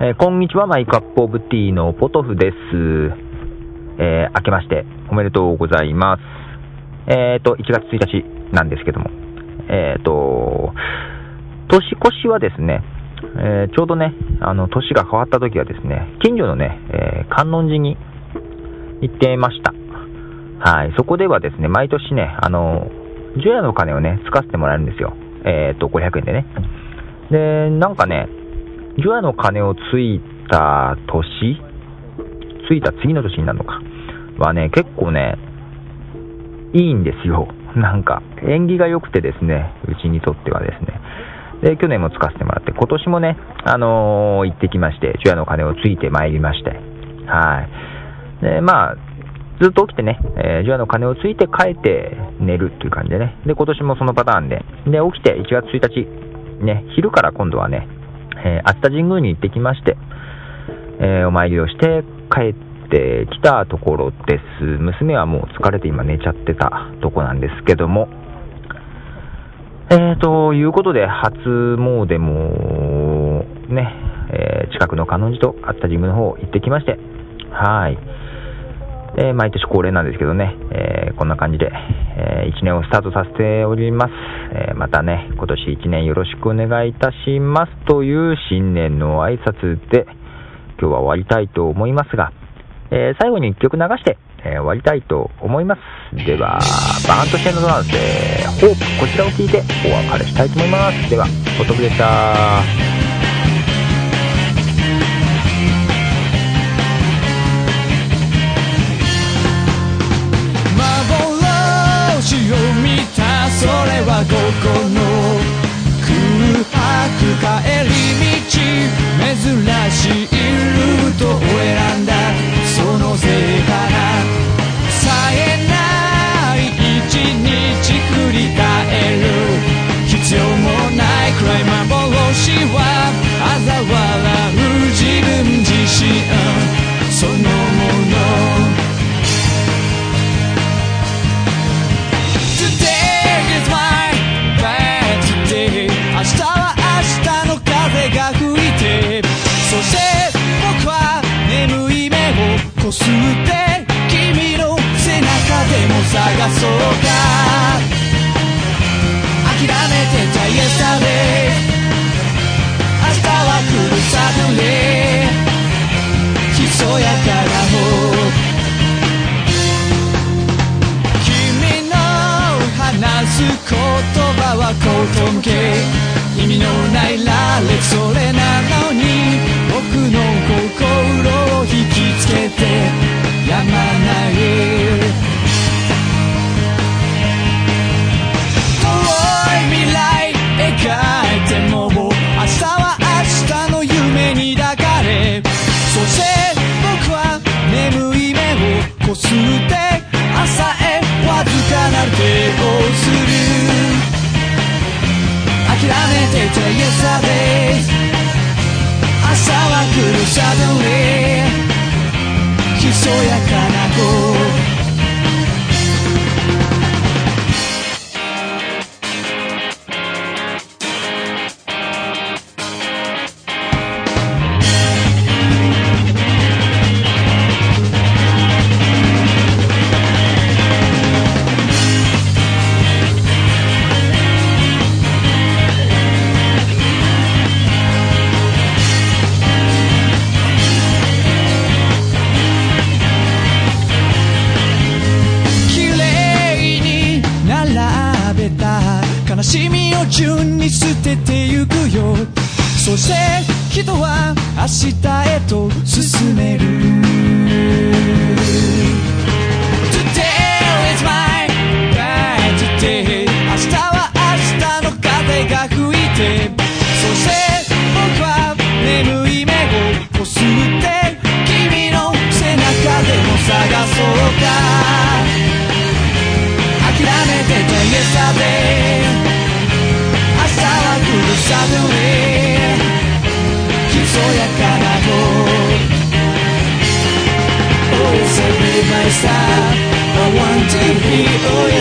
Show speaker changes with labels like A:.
A: こんにちは、マイカップオブティーのポトフです。明けましておめでとうございます。1月1日なんですけども、年越しはですね、ちょうどね、年が変わった時はですね、近所のね、観音寺に行ってました。はい、そこではですね、毎年ね、除夜の鐘をね、つかせてもらえるんですよ。500円でね。で、なんかね、除夜の鐘をついた次の年になるのかはね、結構ね、いいんですよ。なんか縁起が良くてですね、うちにとってはですね。で、去年もつかせてもらって、今年もね、行ってきまして、除夜の鐘をついてまいりまして、はい。で、まあずっと起きてね、除夜の鐘をついて帰って寝るっていう感じでね。で、今年もそのパターンで、起きて1月1日ね、昼から今度はね、熱田神宮に行ってきまして、お参りをして帰ってきたところです。娘はもう疲れて今寝ちゃってたとこなんですけども、ということで初詣もね、近くの観音寺と熱田神宮の方行ってきまして、はい、毎年恒例なんですけどね、こんな感じで、1年をスタートさせております。またね、今年1年よろしくお願いいたしますという新年の挨拶で今日は終わりたいと思いますが、最後に1曲流して、終わりたいと思います。では、バーンとしてのドランスでホープ、こちらを聴いてお別れしたいと思います。では、おとくでした。
B: それは午後の空白帰り道、珍しいルートを選んだそのせいかな、さえない一日繰り返る必要もないくらい幻は嘲笑う自分自身そのもの、明日は明日の風が吹いて、そして僕は眠い目をこすって君の背中でも探そうか、諦めてた Yesterday、 明日は来る Suddenly、 ひそやかな方、君の話す言葉はコートン系、意味のない羅列それなのに僕の心を引きつけてやまない、遠い未来描いても明日は明日の夢に抱かれ、そして僕は眠い目をこすって朝へわずかなる抵抗する、諦めてた Yesterday、 朝は来る Suddenly、 ひそやかな子、悲しみを順に捨ててゆくよ、そして人は明日へと進める、 Today is my bad day、 明日は明日の風が吹いて、そして僕は眠い目をこすって君の背中でも探そうか、諦めてた Yesterday、 Suddenly、 ひそやかな子、 Oh, so be my star、 I want to be all